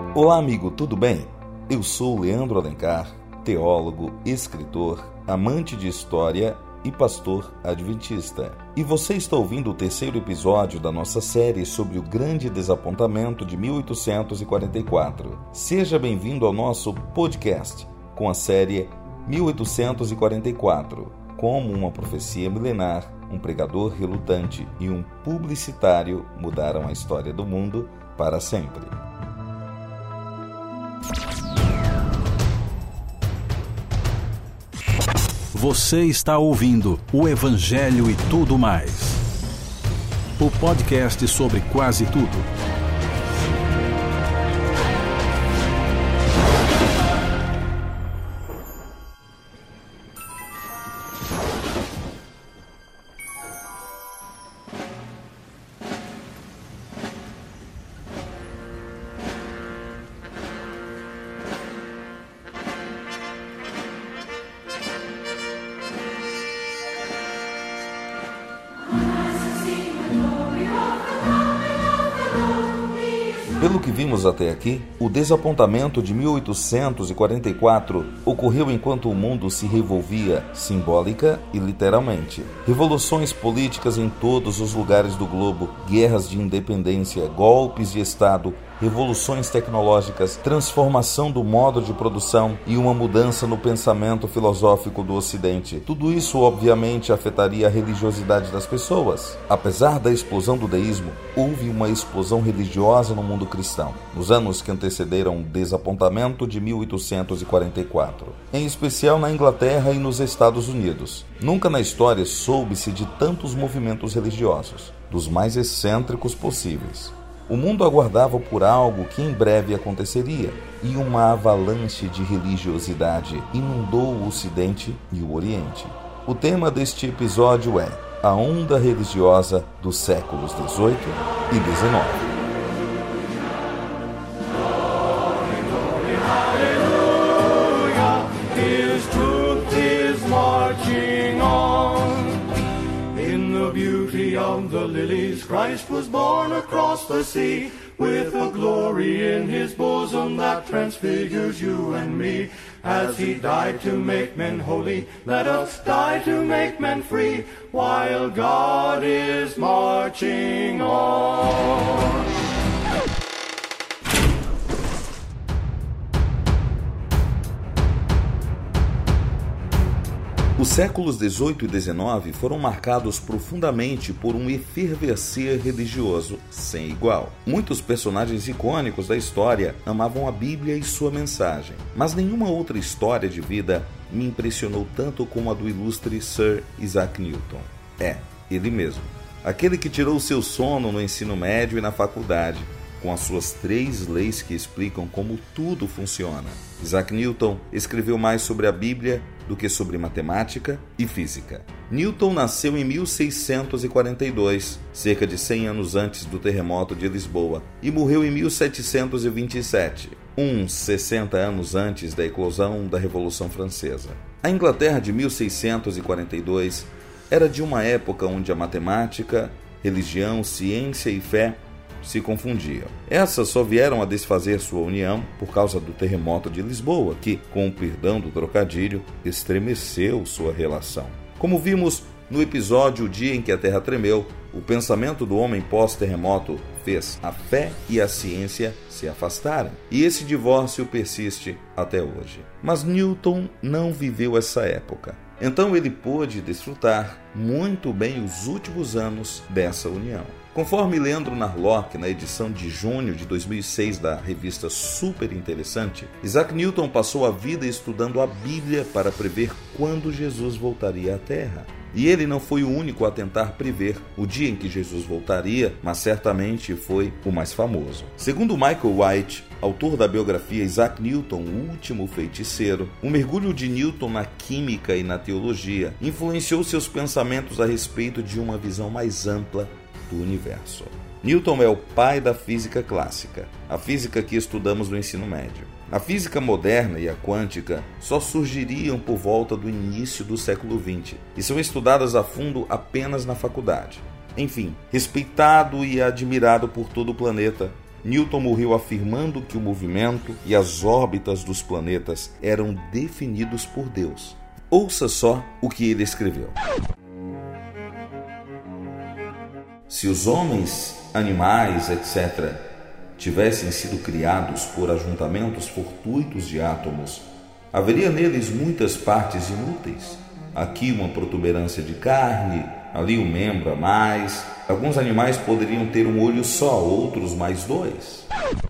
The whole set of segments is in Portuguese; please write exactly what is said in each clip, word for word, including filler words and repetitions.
Olá, amigo, tudo bem? Eu sou Leandro Alencar, teólogo, escritor, amante de história e pastor adventista. E você está ouvindo o terceiro episódio da nossa série sobre o grande desapontamento de mil oitocentos e quarenta e quatro. Seja bem-vindo ao nosso podcast com a série mil oitocentos e quarenta e quatro, como uma profecia milenar, um pregador relutante e um publicitário mudaram a história do mundo para sempre. Você está ouvindo o Evangelho e Tudo Mais, o podcast sobre quase tudo. Pelo que vimos até aqui, o desapontamento de mil oitocentos e quarenta e quatro ocorreu enquanto o mundo se revolvia simbólica e literalmente. Revoluções políticas em todos os lugares do globo, guerras de independência, golpes de Estado, revoluções tecnológicas, transformação do modo de produção e uma mudança no pensamento filosófico do Ocidente. Tudo isso, obviamente, afetaria a religiosidade das pessoas. Apesar da explosão do deísmo, houve uma explosão religiosa no mundo cristão, nos anos que antecederam o desapontamento de mil oitocentos e quarenta e quatro, em especial na Inglaterra e nos Estados Unidos. Nunca na história soube-se de tantos movimentos religiosos, dos mais excêntricos possíveis. O mundo aguardava por algo que em breve aconteceria, e uma avalanche de religiosidade inundou o Ocidente e o Oriente. O tema deste episódio é a onda religiosa dos séculos dezoito e dezenove. Of the lilies, Christ was born across the sea, with a glory in his bosom that transfigures you and me. As he died to make men holy, let us die to make men free, while God is marching on. Os séculos dezoito e dezenove foram marcados profundamente por um efervescer religioso sem igual. Muitos personagens icônicos da história amavam a Bíblia e sua mensagem, mas nenhuma outra história de vida me impressionou tanto como a do ilustre Sir Isaac Newton. É, ele mesmo. Aquele que tirou seu sono no ensino médio e na faculdade, com as suas três leis que explicam como tudo funciona. Isaac Newton escreveu mais sobre a Bíblia do que sobre matemática e física. Newton nasceu em mil seiscentos e quarenta e dois, cerca de cem anos antes do terremoto de Lisboa, e morreu em mil setecentos e vinte e sete, uns sessenta anos antes da eclosão da Revolução Francesa. A Inglaterra de mil seiscentos e quarenta e dois era de uma época onde a matemática, religião, ciência e fé se confundiam. Essas só vieram a desfazer sua união por causa do terremoto de Lisboa, que, com o perdão do trocadilho, estremeceu sua relação. Como vimos no episódio O Dia em que a Terra Tremeu, o pensamento do homem pós-terremoto fez a fé e a ciência se afastarem, e esse divórcio persiste até hoje. Mas Newton não viveu essa época. Então ele pôde desfrutar muito bem os últimos anos dessa união. Conforme Leandro Narlock, na edição de junho de dois mil e seis da revista Super Interessante, Isaac Newton passou a vida estudando a Bíblia para prever quando Jesus voltaria à Terra. E ele não foi o único a tentar prever o dia em que Jesus voltaria, mas certamente foi o mais famoso. Segundo Michael White, autor da biografia Isaac Newton, o Último Feiticeiro, o mergulho de Newton na química e na teologia influenciou seus pensamentos a respeito de uma visão mais ampla do universo. Newton é o pai da física clássica, a física que estudamos no ensino médio. A física moderna e a quântica só surgiriam por volta do início do século vinte e são estudadas a fundo apenas na faculdade. Enfim, respeitado e admirado por todo o planeta, Newton morreu afirmando que o movimento e as órbitas dos planetas eram definidos por Deus. Ouça só o que ele escreveu. Se os homens, animais, etcétera, tivessem sido criados por ajuntamentos fortuitos de átomos, haveria neles muitas partes inúteis. Aqui uma protuberância de carne, ali um membro a mais. Alguns animais poderiam ter um olho só, outros mais dois.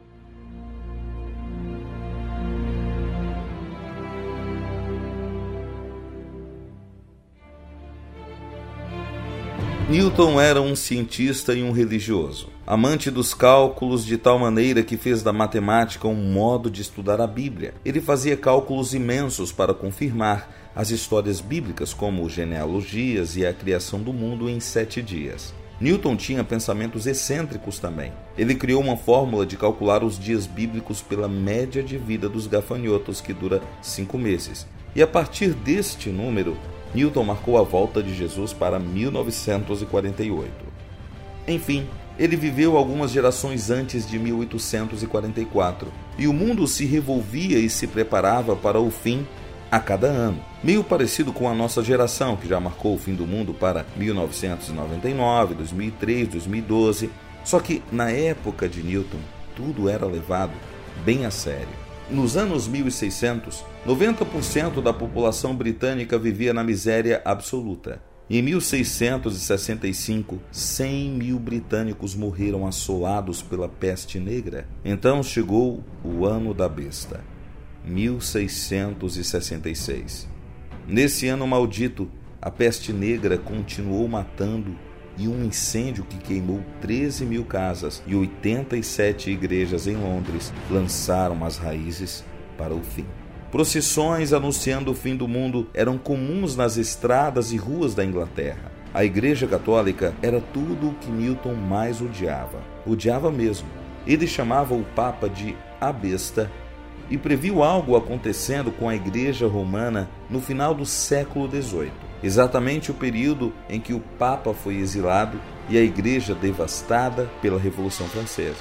Newton era um cientista e um religioso, amante dos cálculos de tal maneira que fez da matemática um modo de estudar a Bíblia. Ele fazia cálculos imensos para confirmar as histórias bíblicas, como genealogias e a criação do mundo em sete dias. Newton tinha pensamentos excêntricos também. Ele criou uma fórmula de calcular os dias bíblicos pela média de vida dos gafanhotos, que dura cinco meses. E a partir deste número, Newton marcou a volta de Jesus para mil novecentos e quarenta e oito. Enfim, ele viveu algumas gerações antes de mil oitocentos e quarenta e quatro, e o mundo se revolvia e se preparava para o fim a cada ano. Meio parecido com a nossa geração, que já marcou o fim do mundo para mil novecentos e noventa e nove, dois mil e três, dois mil e doze. Só que, na época de Newton, tudo era levado bem a sério. Nos anos mil e seiscentos, noventa por cento da população britânica vivia na miséria absoluta. Em mil seiscentos e sessenta e cinco, cem mil britânicos morreram assolados pela peste negra. Então chegou o ano da besta, mil seiscentos e sessenta e seis. Nesse ano maldito, a peste negra continuou matando, e um incêndio que queimou treze mil casas e oitenta e sete igrejas em Londres lançaram as raízes para o fim. Procissões anunciando o fim do mundo eram comuns nas estradas e ruas da Inglaterra. A Igreja Católica era tudo o que Newton mais odiava. Odiava mesmo. Ele chamava o Papa de a besta e previu algo acontecendo com a Igreja Romana no final do século dezoito. Exatamente o período em que o Papa foi exilado e a Igreja devastada pela Revolução Francesa.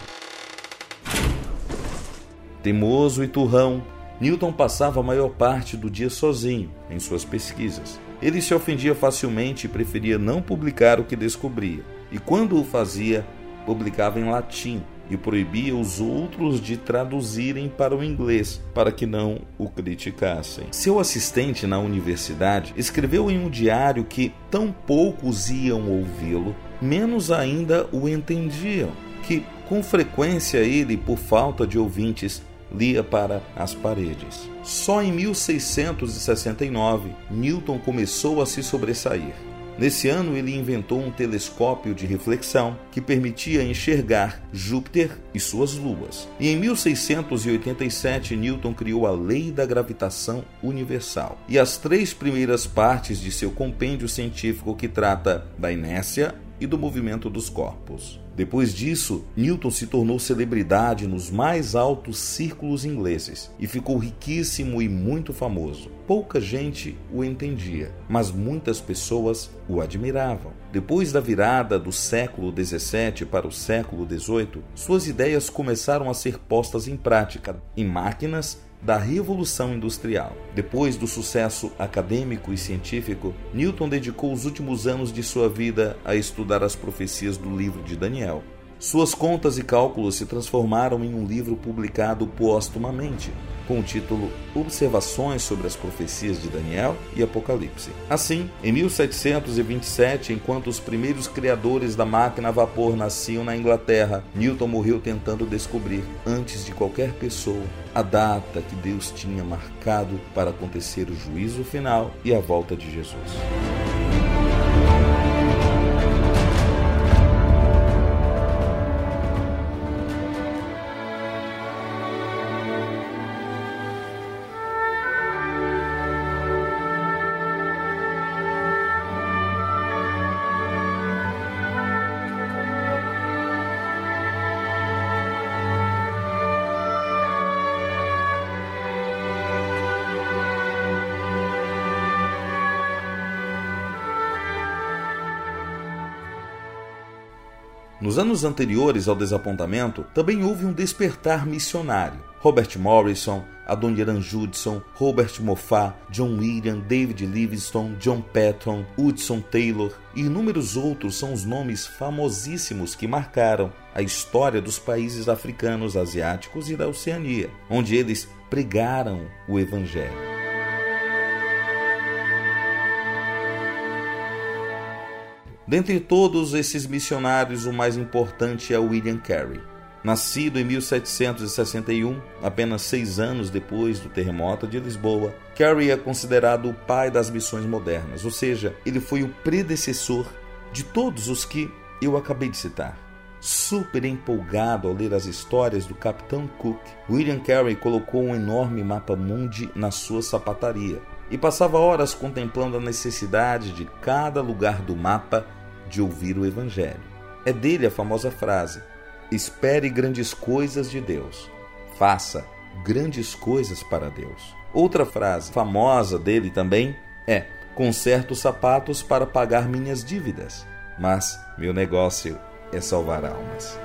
Teimoso e turrão, Newton passava a maior parte do dia sozinho em suas pesquisas. Ele se ofendia facilmente e preferia não publicar o que descobria. E quando o fazia, publicava em latim e proibia os outros de traduzirem para o inglês, para que não o criticassem. Seu assistente na universidade escreveu em um diário que tão poucos iam ouvi-lo, menos ainda o entendiam, que com frequência ele, por falta de ouvintes, lia para as paredes. Só em mil seiscentos e sessenta e nove, Newton começou a se sobressair. Nesse ano, ele inventou um telescópio de reflexão que permitia enxergar Júpiter e suas luas. E em mil seiscentos e oitenta e sete, Newton criou a Lei da Gravitação Universal e as três primeiras partes de seu compêndio científico, que trata da inércia e do movimento dos corpos. Depois disso, Newton se tornou celebridade nos mais altos círculos ingleses e ficou riquíssimo e muito famoso. Pouca gente o entendia, mas muitas pessoas o admiravam. Depois da virada do século dezessete para o século dezoito, suas ideias começaram a ser postas em prática em máquinas da Revolução Industrial. Depois do sucesso acadêmico e científico, Newton dedicou os últimos anos de sua vida a estudar as profecias do livro de Daniel. Suas contas e cálculos se transformaram em um livro publicado póstumamente, com o título Observações sobre as Profecias de Daniel e Apocalipse. Assim, em mil setecentos e vinte e sete, enquanto os primeiros criadores da máquina a vapor nasciam na Inglaterra, Newton morreu tentando descobrir, antes de qualquer pessoa, a data que Deus tinha marcado para acontecer o juízo final e a volta de Jesus. Nos anos anteriores ao desapontamento, também houve um despertar missionário. Robert Morrison, Adoniran Judson, Robert Moffat, John William, David Livingstone, John Patton, Hudson Taylor e inúmeros outros são os nomes famosíssimos que marcaram a história dos países africanos, asiáticos e da Oceania, onde eles pregaram o Evangelho. Dentre todos esses missionários, o mais importante é William Carey. Nascido em mil setecentos e sessenta e um, apenas seis anos depois do terremoto de Lisboa, Carey é considerado o pai das missões modernas, ou seja, ele foi o predecessor de todos os que eu acabei de citar. Super empolgado ao ler as histórias do Capitão Cook, William Carey colocou um enorme mapa mundi na sua sapataria e passava horas contemplando a necessidade de cada lugar do mapa de ouvir o Evangelho. É dele a famosa frase: espere grandes coisas de Deus, faça grandes coisas para Deus. Outra frase famosa dele também é: conserto sapatos para pagar minhas dívidas, mas meu negócio é salvar almas.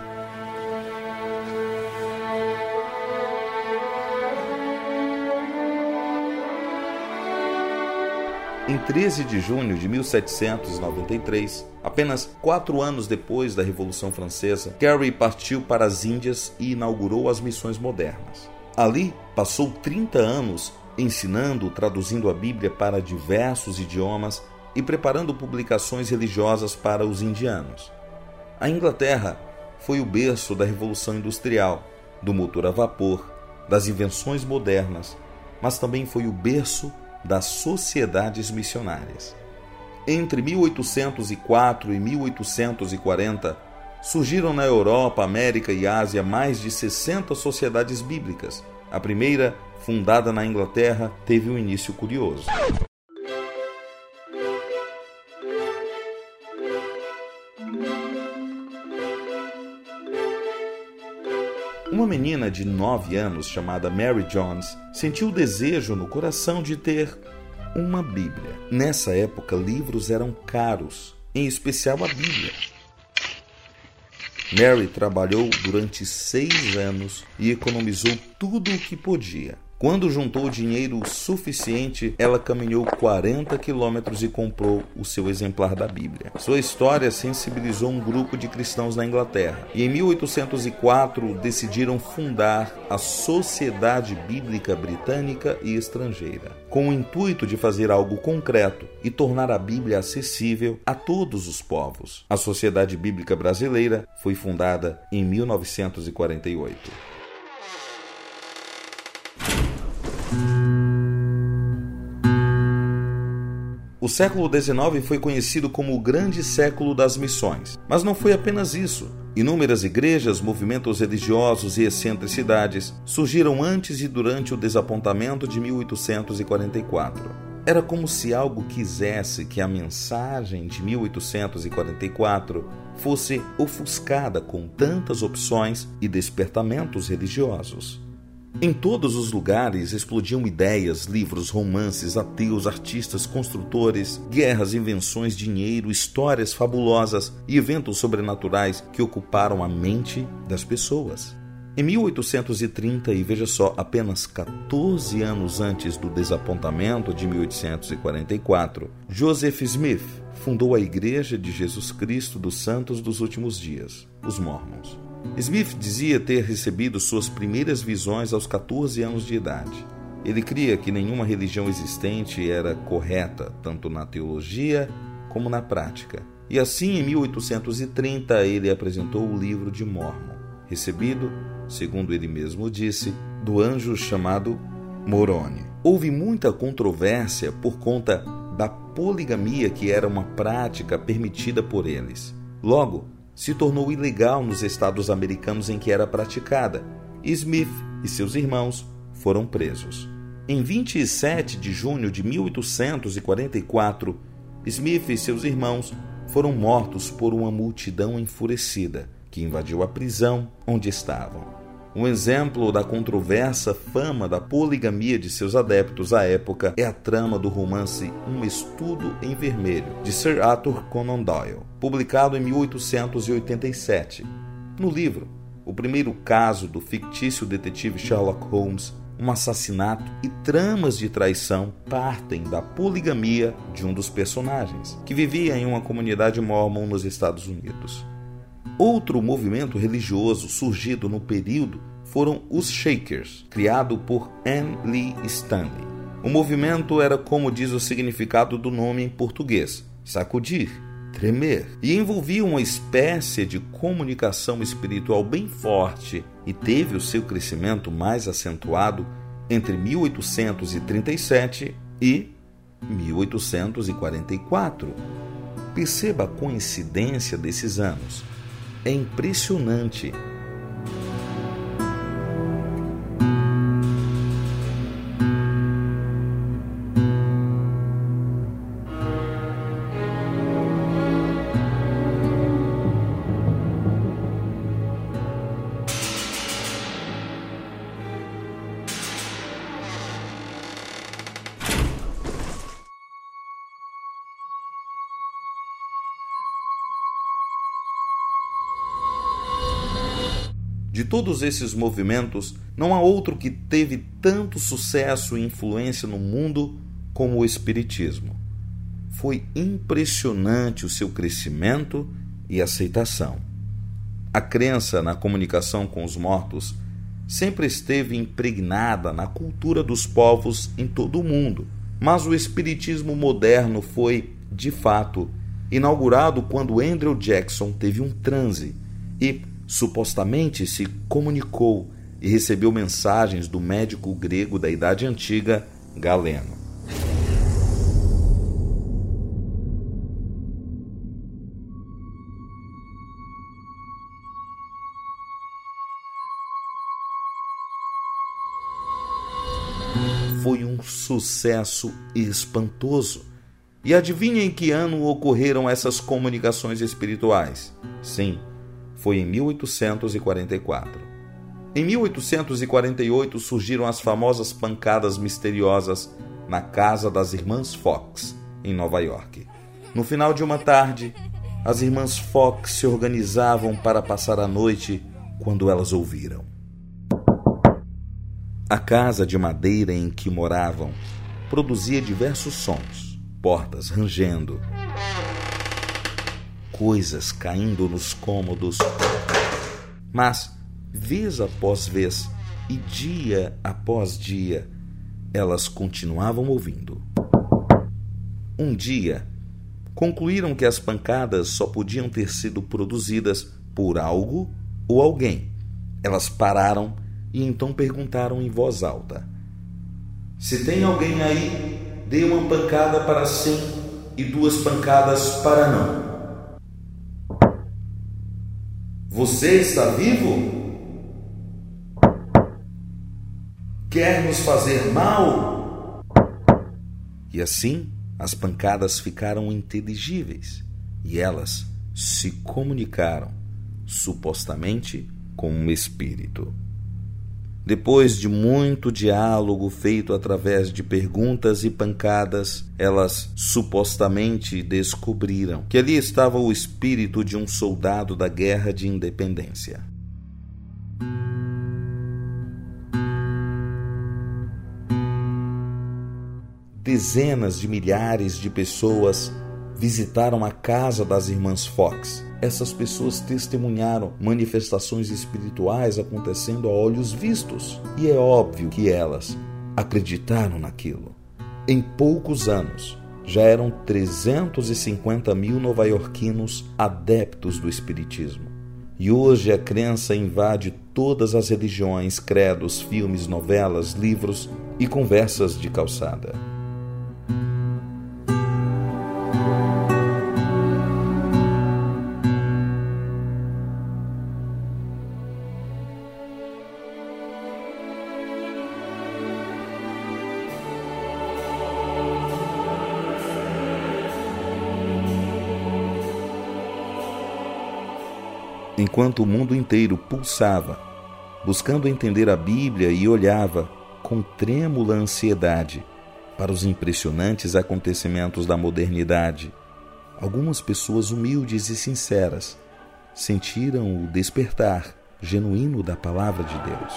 Em treze de junho de mil setecentos e noventa e três, apenas quatro anos depois da Revolução Francesa, Carey partiu para as Índias e inaugurou as missões modernas. Ali, passou trinta anos ensinando, traduzindo a Bíblia para diversos idiomas e preparando publicações religiosas para os indianos. A Inglaterra foi o berço da Revolução Industrial, do motor a vapor, das invenções modernas, mas também foi o berço das sociedades missionárias. Entre mil oitocentos e quatro e mil oitocentos e quarenta, surgiram na Europa, América e Ásia mais de sessenta sociedades bíblicas. A primeira, fundada na Inglaterra, teve um início curioso. Uma menina de nove anos chamada Mary Jones sentiu o desejo no coração de ter uma Bíblia. Nessa época, livros eram caros, em especial a Bíblia. Mary trabalhou durante seis anos e economizou tudo o que podia. Quando juntou dinheiro suficiente, ela caminhou quarenta quilômetros e comprou o seu exemplar da Bíblia. Sua história sensibilizou um grupo de cristãos na Inglaterra e em mil oitocentos e quatro decidiram fundar a Sociedade Bíblica Britânica e Estrangeira, com o intuito de fazer algo concreto e tornar a Bíblia acessível a todos os povos. A Sociedade Bíblica Brasileira foi fundada em mil novecentos e quarenta e oito. O século dezenove foi conhecido como o grande século das missões. Mas não foi apenas isso. Inúmeras igrejas, movimentos religiosos e excentricidades surgiram antes e durante o desapontamento de mil oitocentos e quarenta e quatro. Era como se algo quisesse que a mensagem de mil oitocentos e quarenta e quatro fosse ofuscada com tantas opções e despertamentos religiosos. Em todos os lugares explodiam ideias, livros, romances, ateus, artistas, construtores, guerras, invenções, dinheiro, histórias fabulosas e eventos sobrenaturais que ocuparam a mente das pessoas. Em mil oitocentos e trinta, e veja só, apenas quatorze anos antes do desapontamento de mil oitocentos e quarenta e quatro, Joseph Smith fundou a Igreja de Jesus Cristo dos Santos dos Últimos Dias, os Mormons. Smith dizia ter recebido suas primeiras visões aos quatorze anos de idade. Ele cria que nenhuma religião existente era correta, tanto na teologia como na prática. E assim, em mil oitocentos e trinta, ele apresentou o livro de Mórmon, recebido, segundo ele mesmo disse, do anjo chamado Moroni. Houve muita controvérsia por conta da poligamia, que era uma prática permitida por eles. Logo, se tornou ilegal nos estados americanos em que era praticada. Smith e seus irmãos foram presos. Em vinte e sete de junho de mil oitocentos e quarenta e quatro, Smith e seus irmãos foram mortos por uma multidão enfurecida que invadiu a prisão onde estavam. Um exemplo da controversa fama da poligamia de seus adeptos à época é a trama do romance Um Estudo em Vermelho, de Sir Arthur Conan Doyle, publicado em mil oitocentos e oitenta e sete. No livro, o primeiro caso do fictício detetive Sherlock Holmes, um assassinato e tramas de traição partem da poligamia de um dos personagens, que vivia em uma comunidade mórmon nos Estados Unidos. Outro movimento religioso surgido no período foram os Shakers, criado por Anne Lee Stanley. O movimento era como diz o significado do nome em português, sacudir, tremer, e envolvia uma espécie de comunicação espiritual bem forte e teve o seu crescimento mais acentuado entre mil oitocentos e trinta e sete e mil oitocentos e quarenta e quatro. Perceba a coincidência desses anos. É impressionante. De todos esses movimentos, não há outro que teve tanto sucesso e influência no mundo como o Espiritismo. Foi impressionante o seu crescimento e aceitação. A crença na comunicação com os mortos sempre esteve impregnada na cultura dos povos em todo o mundo, mas o Espiritismo moderno foi, de fato, inaugurado quando Andrew Jackson teve um transe e supostamente se comunicou e recebeu mensagens do médico grego da Idade Antiga, Galeno. Foi um sucesso espantoso. E adivinha em que ano ocorreram essas comunicações espirituais? Sim, foi em mil oitocentos e quarenta e quatro. Em mil oitocentos e quarenta e oito surgiram as famosas pancadas misteriosas na casa das irmãs Fox, em Nova York. No final de uma tarde, as irmãs Fox se organizavam para passar a noite quando elas ouviram. A casa de madeira em que moravam produzia diversos sons, portas rangendo, coisas caindo nos cômodos, mas, vez após vez e dia após dia, elas continuavam ouvindo. Um dia, concluíram que as pancadas só podiam ter sido produzidas por algo ou alguém. Elas pararam e então perguntaram em voz alta: "Se tem alguém aí, dê uma pancada para sim e duas pancadas para não." "Você está vivo? Quer nos fazer mal?" E assim, as pancadas ficaram inteligíveis e elas se comunicaram, supostamente, com um espírito. Depois de muito diálogo feito através de perguntas e pancadas, elas supostamente descobriram que ali estava o espírito de um soldado da Guerra de Independência. Dezenas de milhares de pessoas visitaram a casa das irmãs Fox. Essas pessoas testemunharam manifestações espirituais acontecendo a olhos vistos. E é óbvio que elas acreditaram naquilo. Em poucos anos, já eram trezentos e cinquenta mil nova-iorquinos adeptos do espiritismo. E hoje a crença invade todas as religiões, credos, filmes, novelas, livros e conversas de calçada. Enquanto o mundo inteiro pulsava buscando entender a Bíblia, e olhava com trêmula ansiedade para os impressionantes acontecimentos da modernidade. Algumas pessoas humildes e sinceras sentiram o despertar genuíno da palavra de Deus.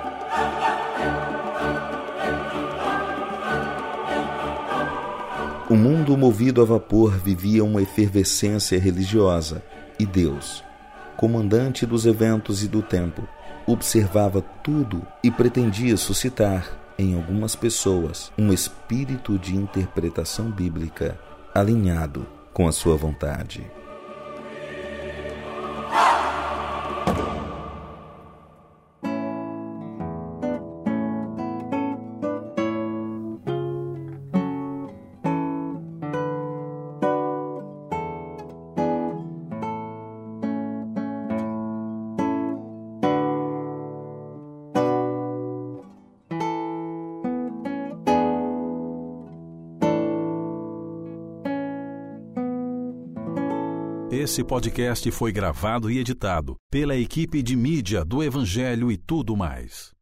O mundo movido a vapor vivia uma efervescência religiosa, e Deus, comandante dos eventos e do tempo, observava tudo e pretendia suscitar em algumas pessoas um espírito de interpretação bíblica alinhado com a sua vontade. Esse podcast foi gravado e editado pela equipe de mídia do Evangelho e Tudo Mais.